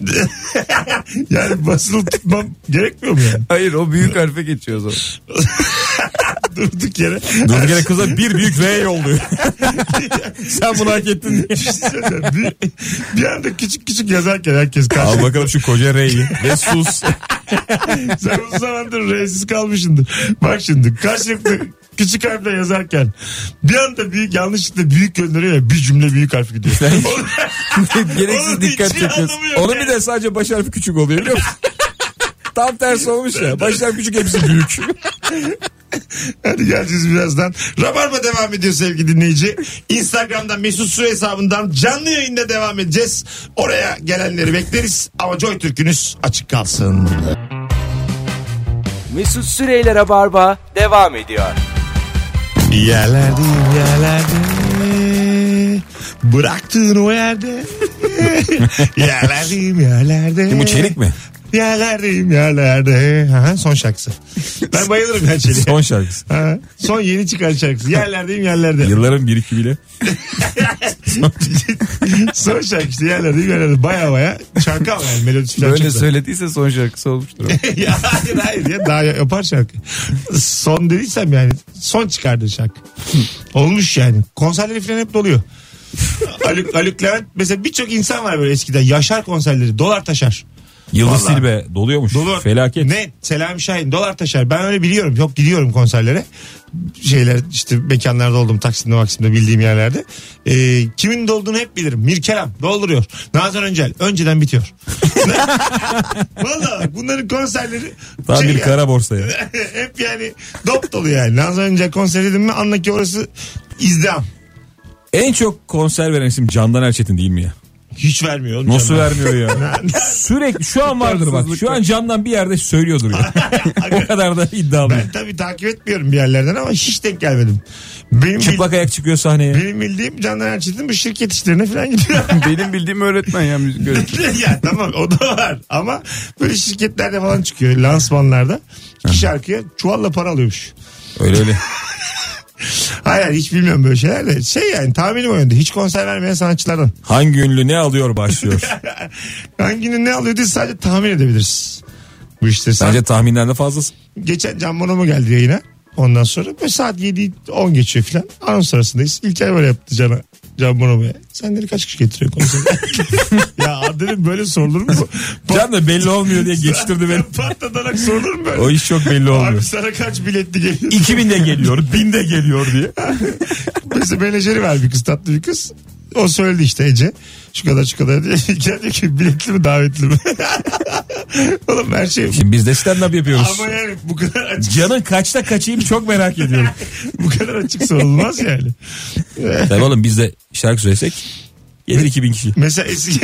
Yani basılı tutmam gerekmiyor mu yani? Hayır, o büyük harfe geçiyor o zaman. Durduk yere. Durduk yere kıza bir büyük V yolluyor. Sen bunu hak ettin diye. Düşünsene, bir, bir anda küçük küçük yazarken herkes Al karşı. bakalım şu koca R'yi ve sus. Sen uzun zamandır R'siz kalmışsındır. Bak şimdi karşılıklı küçük harfle yazarken bir anda büyük yanlışlıkla büyük gönderiyor ya, bir cümle büyük harf gidiyor. Gereksiz Onun dikkat hiç çekiyorsun. anlamı yok Onun yani. bir de sadece baş harfi küçük oluyor biliyor musun? Tam tersi olmuş ya. Baş harfi küçük, hepsi büyük. Hadi geleceğiz birazdan. Rabarba devam ediyor sevgili dinleyici. Instagram'dan Mesut Süre hesabından canlı yayında devam edeceğiz. Oraya gelenleri bekleriz. Ama Joy Türk'ünüz açık kalsın. Mesut Süreyler'e barba devam ediyor. Yerlerde yerlerde bıraktığın o yerde yerlerdeyim yerlerde. Bu çelik mi? Yerlerdeyim yerlerde. Ha, son şarkısı. Ben bayılırım her şeyi. Son şarkısı. Ha, son yeni çıkan şarkısı. Yerlerdeyim yerlerde. Yılların birikimiyle. Son şarkısı yerlerdeyim yerlerde. Baya baya şarkı ama yani melodisi falan Böyle çok da. söylediyse son şarkısı olmuştur. Ya hayır hayır ya daha yapar şarkı. Son dediysem yani son çıkardığı şarkı. Olmuş yani. Konserleri falan hep doluyor. Haluk, Haluk Levent mesela birçok insan var böyle eskiden. Yaşar konserleri dolar taşar. Yıldız Vallahi. Tilbe doluyormuş. Dolu. Felaket. Ne? Selami Şahin dolar taşar. Ben öyle biliyorum. Çok gidiyorum konserlere. Şeyler işte mekanlarda oldum. Taksim'de Maksim'de bildiğim yerlerde. Ee, kimin dolduğunu hep bilirim. Mirkelam dolduruyor. Nazan Öncel önceden bitiyor. Vallahi bunların konserleri Tam şey bir yani, kara borsaya. hep yani dop dolu yani. Nazan Öncel konser dedim mi anla ki orası izdiham. En çok konser veren isim Candan Erçetin değil mi ya? Hiç vermiyor. Nasıl canım. vermiyor ya? Sürekli şu an vardır bak. Şu an Candan bir yerde söylüyordur ya. O kadar da iddialı. Ben tabii takip etmiyorum bir yerlerden ama hiç denk gelmedim. Benim Çıplak ayak çıkıyor sahneye. Benim bildiğim Candan Erçetin bu şirket işlerine falan gidiyor. Benim bildiğim öğretmen ya müzik öğretmeni. Ya tamam o da var ama böyle şirketlerde falan çıkıyor lansmanlarda. İki şarkıya çuvalla para alıyormuş. Öyle öyle. Hayır hiç bilmiyorum böyle şeyler de. Şey yani tahminim o yönde. Hiç konser vermeyen sanatçılardan. Hangi ünlü ne alıyor başlıyor. Hanginin ne alıyor diye sadece tahmin edebiliriz. Bu işte sen... Bence tahminlerden fazlası. Geçen Can Bonomo geldi yayına. Ondan sonra böyle saat yedi on geçiyor filan. Anons arasındayız. İlker böyle yaptı Can'a. Can Bonomo'ya. Sen dedi kaç kişi getiriyor konsere? Ya dedim böyle sorulur mu? Can da belli olmuyor diye geçtirdi beni. Patlatarak sorulur mu böyle? O iş çok belli olmuyor. Abi sana kaç biletli geliyor? iki bin de geliyor, bin de geliyor diye. Mesela menajeri var bir kız, tatlı bir kız. O söyledi işte Ece. Şu kadar şu kadar diye. İlker diyor ki biletli mi davetli mi? Oğlum her şey. Şimdi biz de stand-up yapıyoruz. Ama yani bu kadar açık. Can'ın kaçta kaçayım çok merak ediyorum. Bu kadar açık sorulmaz yani. Tabii oğlum biz de şarkı söylesek gelir iki bin kişi. Mesela eski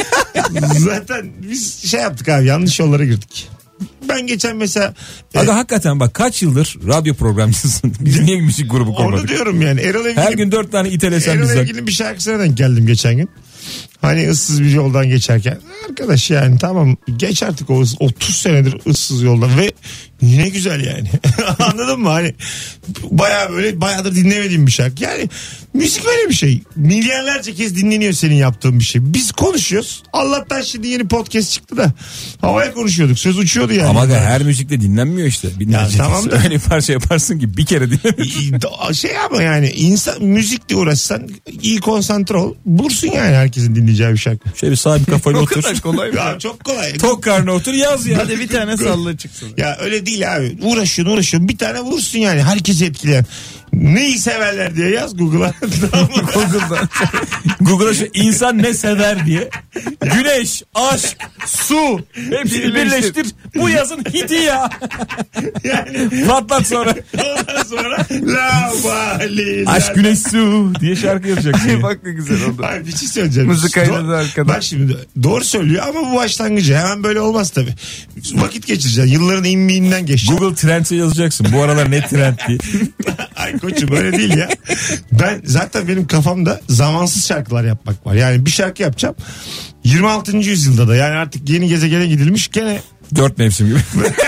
zaten biz şey yaptık abi, yanlış yollara girdik. Ben geçen mesela Aga e, hakikaten bak kaç yıldır radyo programcısın. Biz niye müzik grubu onu kurmadık? diyorum yani. Erol Evgin'in, Her gün dört tane itelesen Erol bizden. Evgin'in bir şarkısına denk geldim geçen gün. Hani ıssız bir yoldan geçerken. Arkadaş yani tamam geç artık o otuz senedir ıssız yoldan ve yine güzel yani. Anladın mı? Hani baya böyle bayağıdır dinlemediğim bir şarkı. Yani müzik öyle bir şey. Milyarlarca kez dinleniyor senin yaptığın bir şey. Biz konuşuyoruz. Allah'tan şimdi yeni podcast çıktı da havaya konuşuyorduk. Söz uçuyordu yani. Ama aga her müzikte dinlenmiyor işte. Binlerce Ya tamam kez. da- Öyle bir parça yaparsın ki bir kere dinlemiyorsun. Şey ama yani insan müzikle uğraşsan iyi konsantre ol. Bulursun yani herkesin dinleyeceği bir şarkı. Şöyle bir sağ bir kafayla O otur. kadar kolay mı? Ya çok kolay. Tok karnına otur yaz ya. Hadi bir tane salla çıksın. Ya öyle değil abi. Uğraşıyorsun uğraşıyorsun. Bir tane vursun yani. Herkesi etkileyen. Neyi severler diye yaz Google'a. Tamam mı? Google'da. Google'a şu insan ne sever diye. Güneş, aşk, su hepsini birleştir. Bu yazın hiti ya. Yani Patlat sonra. ondan sonra la vali. Aşk, güneş, su diye şarkı yapacaksın. Bak ne güzel oldu. Hayır bir şey söyleyeceğim. Müzik kaydı Do- da arkada. Bak şimdi doğru söylüyor ama bu başlangıcı. Hemen böyle olmaz tabii. Vakit geçireceksin. Yılların inmiğinden geçeceksin. Google Trend'e yazacaksın. Bu aralar ne trend diye. Ay koçum öyle değil ya. Ben zaten benim kafamda zamansız şarkılar yapmak var. Yani bir şarkı yapacağım. yirmi altıncı yüzyılda da yani artık yeni gezegene gidilmiş gene Dört mevsim gibi.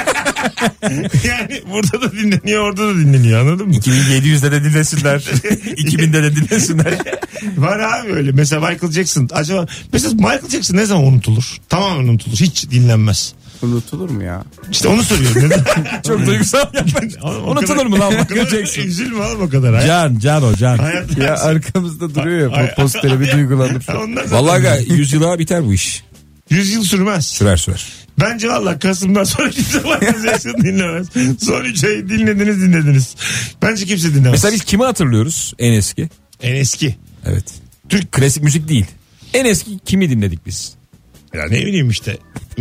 yani burada da dinleniyor orada da dinleniyor anladın mı? iki bin yedi yüzde de dinlesinler. iki binde de dinlesinler. Var abi öyle. Mesela Michael Jackson acaba mesela Michael Jackson ne zaman unutulur? Tamamen unutulur. Hiç dinlenmez. Unutulur mu ya? İşte onu soruyorum. Neden? Çok duygusal yapmış. Oğlum, o Unutulur kadar- mu lan o Michael kadar Jackson? Üzülme oğlum o kadar. Hayat, Can, can o can. hayat Ya arkamızda duruyor Ay- ya posteri bir duygulanır. Ondan sonra Vallahi aga yüz yıla biter bu iş. yüz yıl sürmez. Sürer sürer. Bence valla Kasım'dan sonra kimse Michael Jackson dinlemez. Son üç ay dinlediniz dinlediniz. Bence kimse dinlemez. Mesela biz kimi hatırlıyoruz en eski? En eski. Evet. Türk klasik müzik değil. En eski kimi dinledik biz? Ya ne bileyim işte.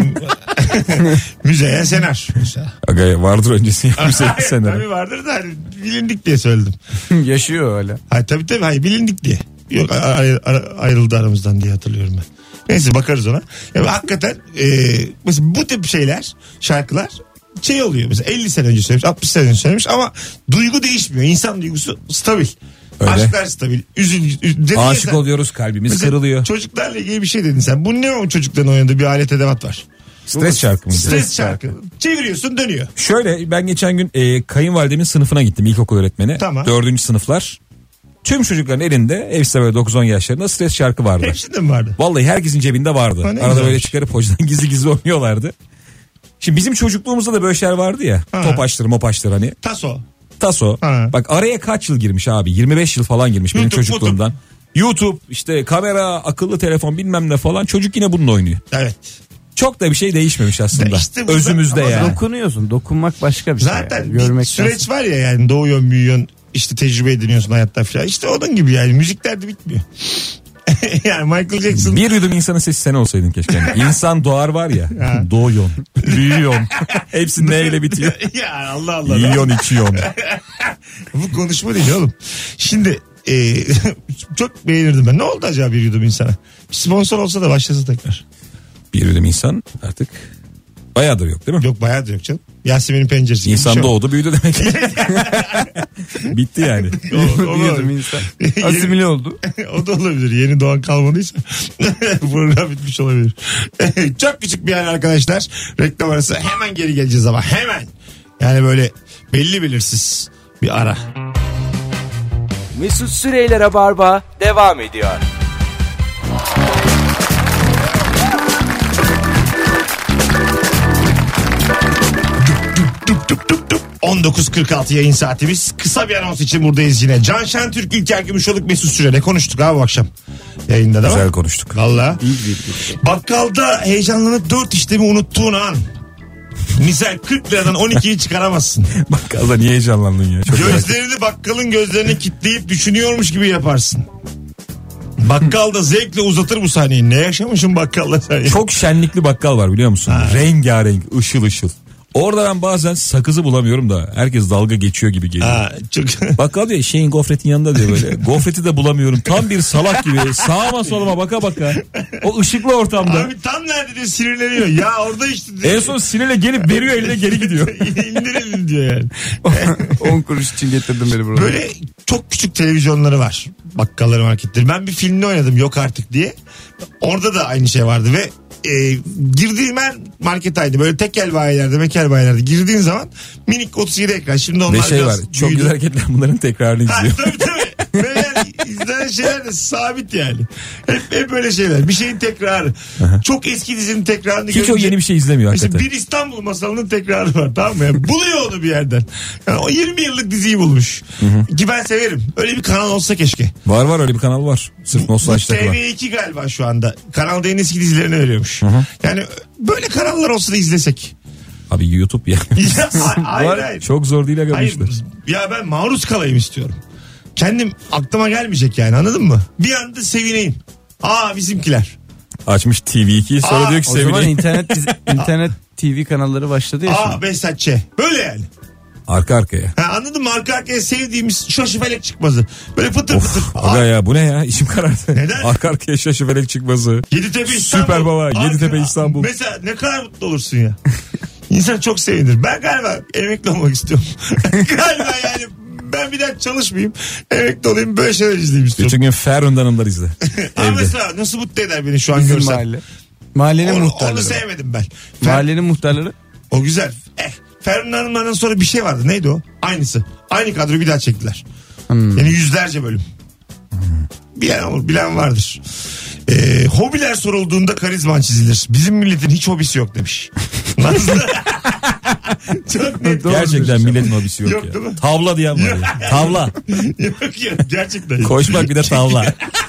Müzeyyen Senar. Mesela. Aga vardır öncesi yapmış Hayır, senler. tabii vardır da hani bilindik diye söyledim. Yaşıyor hala. Hayır tabii tabii hayır bilindik diye. Yok ay- ay- ayrıldı aramızdan diye hatırlıyorum ben. Neyse bakarız ona. Ya, hakikaten e, mesela bu tip şeyler şarkılar şey oluyor mesela elli sene önce söylemiş altmış sene önce söylemiş ama duygu değişmiyor. İnsan duygusu stabil. Öyle. Aşklar stabil. Üzül, üzül, Aşık sen, oluyoruz kalbimiz mesela kırılıyor. Çocuklarla ilgili bir şey dedin sen. Bu ne o çocukların oynadığı bir alet edevat var. Stres şarkı mı? Stres şarkı. Çeviriyorsun dönüyor. Şöyle ben geçen gün e, kayınvalidemin sınıfına gittim, ilkokul öğretmeni. Tamam. Dördüncü sınıflar. Tüm çocukların elinde hepsi böyle dokuz on yaşlarında stres şarkı vardı. Hepsinde mi vardı? Vallahi herkesin cebinde vardı. Ha, Arada güzelmiş. böyle çıkarıp hocadan gizli gizli oynuyorlardı. Şimdi bizim çocukluğumuzda da böyle şeyler vardı ya. Ha. Topaçtır mopaçtır hani. Taso. Taso. Ha. Bak araya kaç yıl girmiş abi? yirmi beş yıl falan girmiş benim YouTube, çocukluğumdan. YouTube işte kamera, akıllı telefon bilmem ne falan, çocuk yine bununla oynuyor. Evet. Çok da bir şey değişmemiş aslında. İşte bu Özümüzde ama yani. Dokunuyorsun. Dokunmak başka bir Zaten şey. bir Yani. süreç var ya, yani doğuyorsun büyüyorsun, işte tecrübe ediniyorsun hayatta falan. İşte onun gibi yani, müzikler de bitmiyor. Yani Michael Jackson. Bir yudum insanın sesi sen olsaydın keşke. Yani İnsan doğar var ya. Doğuyorsun, büyüyorsun. Hepsi neyle bitiyor? Ya Allah Allah. Yiyorsun, içiyorsun. Bu konuşma değil oğlum. Şimdi e, çok beğenirdim ben. Ne oldu acaba bir yudum insana? Bir sponsor olsa da başlasa tekrar. Bir yudum insan artık bayağıdır yok değil mi? Yok bayağı da yok canım. Yasemin'in penceresi gibi bir İnsan şey yok. doğdu büyüdü demek. Bitti yani. O, o, Yudum insan. Asimile oldu. O da olabilir. Yeni doğan kalmadıysa program bitmiş olabilir. Çok küçük bir yer arkadaşlar. Reklam arası, hemen geri geleceğiz ama hemen. Yani böyle belli belirsiz bir ara. Mesut Süreyler'e barba devam ediyor. Dup dup dup dup. on dokuz kırk altı yayın saatimiz. Kısa bir anons için buradayız yine. Can Şentürk, İlker Gümüşoluk, Mesut Süre. Ne konuştuk abi bu akşam yayında da? Güzel konuştuk. Valla. Bakkalda heyecanlanıp dört işlemi unuttuğun an. Misal kırk liradan on ikiyi çıkaramazsın. Bakkalda niye heyecanlandın ya? Çok Gözlerini bakkalın gözlerine kilitleyip düşünüyormuş gibi yaparsın. Bakkal da zevkle uzatır bu sahneyi. Ne yaşamışım bakkalda sen? Çok şenlikli bakkal var biliyor musun? Ha. Rengarenk, ışıl ışıl. Orada ben bazen sakızı bulamıyorum da herkes dalga geçiyor gibi geliyor. Ha, çok... Bakkal diyor şeyin gofretin yanında diyor böyle. Gofreti de bulamıyorum. Tam bir salak gibi sağıma soluma baka baka. O ışıklı ortamda. Abi tam nerede diyor, sinirleniyor. Ya orada işte diyor. En son sinirle gelip veriyor eline, geri gidiyor. İndir elini diyor yani. on kuruş için getirdim beni buraya. Böyle çok küçük televizyonları var. Bakkalları, marketleri. Ben bir filmde oynadım Yok Artık diye. Orada da aynı şey vardı ve e, girdiğim ben market aynı. Böyle tekel bayilerde, mekel bayilerde girdiğin zaman minik otuz yedi ekran. Şimdi onlar Ve şey var, biraz çok büyüdü. güzel hareketler, bunların tekrarını Ha, izliyor. tabii tabii. Ve yani izlenen şeyler de sabit yani. Hep, hep böyle şeyler. Bir şeyin tekrarı. Çok eski dizinin tekrarını Hiç o yeni bir şey izlemiyor Mesela hakikaten. bir İstanbul Masalı'nın tekrarı var, tamam mı? Yani buluyor onu bir yerden. Yani o yirmi yıllık diziyi bulmuş. Ki ben severim. Öyle bir kanal olsa keşke. Var var, öyle bir kanal var. Sırf Bu nostalji T var. V iki galiba şu anda. Kanal D'nin eski dizilerini veriyormuş. Yani böyle kanallar olsa da izlesek. Abi YouTube ya. Ya, hayır hayır. Çok zor değil Hayır, arkadaşlar. ya ben maruz kalayım istiyorum. Kendim aklıma gelmeyecek yani, anladın mı? Bir anda sevineyim. Aa bizimkiler. Açmış T V iki, sonra Aa, diyor ki O zaman sevineyim. internet dizi- internet T V kanalları başladı ya Aa şimdi. Behzat Ç. Böyle yani. Arka arkaya. Ha, anladın mı? Arka arkaya sevdiğimiz Şaşı Felek Çıkmazı. Böyle pıtır pıtır. Aga ya bu ne ya? İçim karardı. Neden? Arka arkaya şaşı felek çıkması. Yeditepe İstanbul. Süper Baba, Arka- Yeditepe İstanbul. Mesela ne kadar mutlu olursun ya. İnsan çok sevinir. Ben galiba emekli olmak istiyorum. Galiba yani ben bir daha çalışmayayım. Emekli olayım, böyle şeyler izleyeyim istiyorum. Bütün gün Ferhunde Hanımlar izle. Ama Evde. mesela nasıl mutlu eder beni şu an Bizim görsem. mahalle. Mahallenin Onu, onu muhtarları. sevmedim ben. Fer- Mahallenin muhtarları. o güzel. Eh, Ferhunde Hanımlar'dan sonra bir şey vardı. Neydi o? Aynısı. Aynı kadroyu bir daha çektiler. Hmm. Yani yüzlerce bölüm. Bilen olur, bilen vardır. Ee, hobiler sorulduğunda karizman çizilir. Bizim milletin hiç hobisi yok demiş. Nasıl? Çok net. Gerçekten milletin hobisi yok, Yok, ya. değil mi? Tavla diyen var ya. Tavla. Yok ya, gerçekten. yok. Koşmak bir de tavla.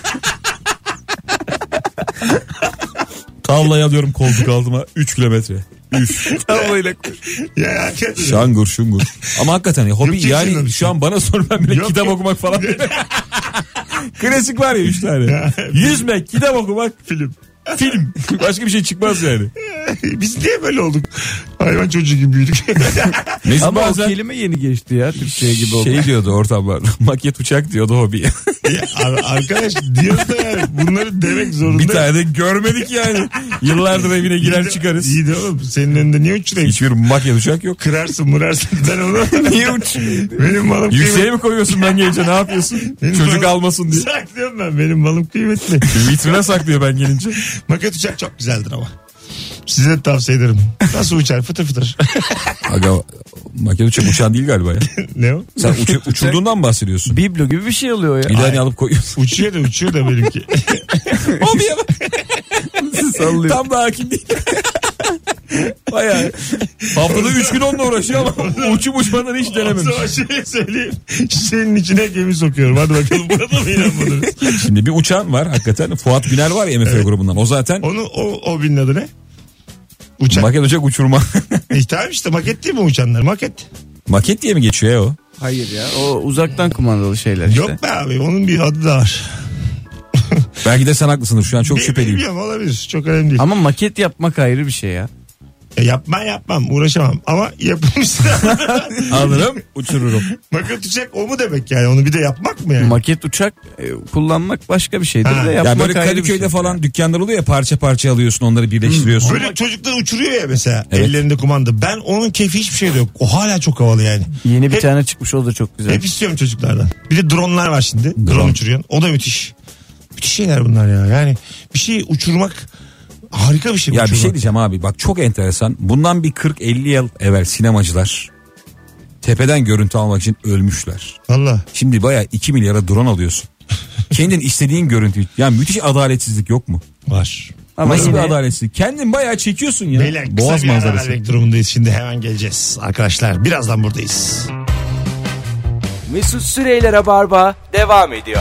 Tavlayı alıyorum koltuk altıma üç kilometre. Üf. Tavlayla Ya hakikaten. Şangur şungur. Ama hakikaten ya, hobi Türkçe yani çizmemiş. şu an bana sor, ben bile Yok, kitap yok. okumak falan. Klasik var ya üç tane. Yüzmek, kitap okumak, Film. film. Başka bir şey çıkmaz yani. Biz niye böyle olduk? Hayvan çocuğu gibi büyüdük. Mesela Ama bazen o kelime yeni geçti ya Türkçe'ye gibi oldu. şey diyordu ortamlar. Maket uçak diyordu hobi. Ya, ar- arkadaş diyoruz da yani bunları demek zorunda. Bir tane de görmedik yani. Yıllardır evine girer İyi de- çıkarız. İyi de oğlum, senin önünde niye uçurayım? Hiçbir maket uçak yok. Kırarsın mırarsın. Ben onu... Niye uçuyor? Benim malım Yükseğe kıymetli. mi koyuyorsun ben gelince, ne yapıyorsun? Benim Çocuk malım- almasın diye. Saklıyorum ben. Benim malım kıymetli. Vitrine saklıyor ben gelince. Maket uçak çok güzeldir ama. Size de tavsiye ederim. Nasıl uçar? Fıtır fıtır. Aga maket uçak uçağın değil galiba ya. Ne o? Sen uçu, uçurduğundan bahsediyorsun. Biblo gibi bir şey oluyor ya. İlani alıp koyuyorsun. Uçuyor da uçuyor da benimki. O bir yana. Sallıyor. Tam da hakim değil. Bayağı. Haftada üç gün onunla uğraşıyor ama uçup uçmadan hiç denememiş. O zaman şöyle söyleyeyim. Şişenin içine gemi sokuyorum. Hadi bakalım burada mı inanmadınız? Şimdi bir uçağın var hakikaten. Fuat Günel var ya M F evet. grubundan. O zaten. Onu o, o binin adı ne? Uçak. Maket uçak uçurma. e, tamam işte maket değil mi uçanlar? Maket. Maket diye mi geçiyor ya o? Hayır ya. O uzaktan kumandalı şeyler işte. Yok be abi onun bir adı da var. Belki de sen haklısındır şu an çok Bil- şüpheliyim. Bilmiyorum olabilir. Çok önemli değil. Ama maket yapmak ayrı bir şey ya. E, yapmam yapmam uğraşamam. Ama yapılmışsa alırım uçururum. maket uçak o mu demek yani? Onu bir de yapmak mı yani? Maket uçak e, kullanmak başka bir şeydir Ha. de Ya yapmak böyle ayrı bir Kadıköy'de şey. falan dükkanlar oluyor ya parça parça alıyorsun onları birleştiriyorsun. Böyle çocuklar uçuruyor ya mesela Evet. ellerinde kumanda. Ben onun keyfi hiçbir şeyde yok. O hala çok havalı yani. Yeni bir Hep- tane çıkmış, o da çok güzel. Hep istiyorum çocuklardan. Bir de dronlar var şimdi. Drone, Drone. uçuruyorsun. O da müthiş. Müthiş şeyler bunlar ya. Yani bir şey uçurmak harika bir şey. Ya bir uçurmak. şey diyeceğim abi bak çok enteresan. Bundan bir kırk elli yıl evvel sinemacılar tepeden görüntü almak için ölmüşler. Valla. Şimdi baya iki milyara drone alıyorsun. Kendin istediğin görüntüyü. Ya müthiş adaletsizlik yok mu? Var. Ama Nasıl yine- bir adaletsizlik? Kendin bayağı çekiyorsun ya. Beyler kısa Boğaz bir ara manzarası. vermek durumundayız. Şimdi hemen geleceğiz. Arkadaşlar birazdan buradayız. Mesut Süreyler'e barba devam ediyor.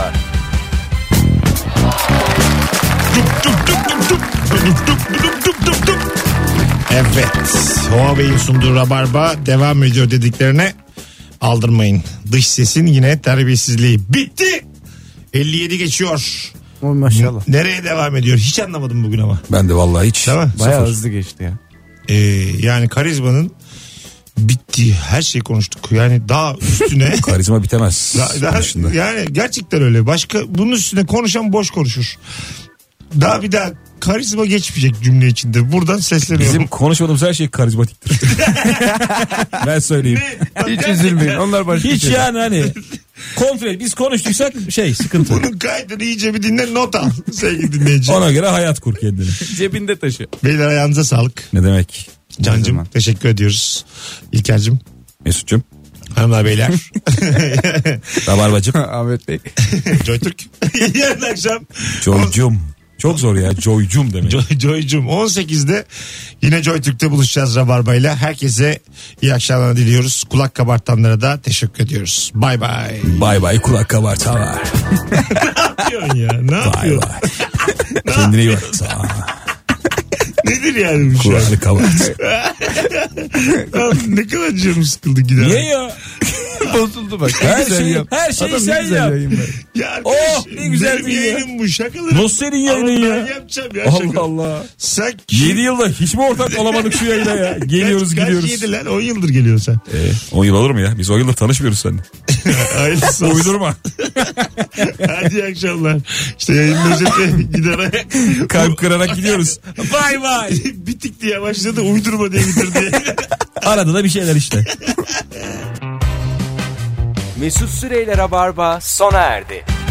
Evet. Huawei'in sunduğu Rabarba devam ediyor dediklerine aldırmayın. Dış sesin yine terbiyesizliği. Bitti. elli yedi geçiyor. O maşallah. Nereye devam ediyor? Hiç anlamadım bugün ama. Ben de vallahi hiç. Değil mi? Bayağı Sıfır. hızlı geçti ya. Ee, yani karizmanın bittiği her şeyi konuştuk. Yani daha üstüne Karizma bitemez. daha, daha- dışında. yani gerçekten öyle. Başka bunun üstüne konuşan boş konuşur. Daha bir daha karizma geçmeyecek cümle içinde. Buradan sesleniyorum. Bizim konuşmadığımız her şey karizmatiktir. Ben söyleyeyim. Bak, Hiç gerçekten üzülmeyin. Onlar başka Hiç şeyler. yani hani kontrol biz konuştuysak şey sıkıntı. Bunun kaydını iyice bir dinle, not al sevgili dinleyici. Ona göre hayat kur kendini. Cebinde taşı. Beyler ayağınıza sağlık. Ne demek? Cancım zaman. teşekkür ediyoruz. İlker'cim, Mesut'cum. hanımlar beyler. Rabarbacım. Ahmet Bey. Joytürk. Yarın akşam Joycum. Çok zor ya. Joycum demek. Joy, Joy'cum on sekizde yine Joytürk'te buluşacağız Rabarba'yla. Herkese iyi akşamlar diliyoruz. Kulak kabartanlara da teşekkür ediyoruz. Bay bay. Bay bay kulak kabartalar. Ne yapıyorsun ya? Ne Bay yapıyorsun? bay. Kendine iyi bak. Sağ ol. Nedir yani bu şu an? Kulağını kabart. Lan ne kadar canım sıkıldı gider. Niye ya? Bozuldu bak. Her Güzel şeyi, yap. her şeyi Adam ne sen güzel yap. yayın ver. Ya arkadaş, Oh, ne güzel benim değil ya. yayınım bu şakaları. Nasıl senin yayının Ama ya? ben yapacağım ya Allah şaka. Allah. Sen yedi yılda hiç mi ortak olamadık şu yayına ya? Geliyoruz kaç, gidiyoruz. Kaç yedi lan on yıldır geliyorsun sen. Ee, on yıl olur mu ya? Biz on yıldır tanışmıyoruz seninle. Hayırlısı olsun. Uydurma. Hadi iyi akşamlar. İşte yayının özeti gider ayak. Kalp kırarak gidiyoruz. Vay vay. Bitik diye başladı uydurma diye bitirdi. Arada da bir şeyler işte. Mesut Süreyler'e barba sona erdi.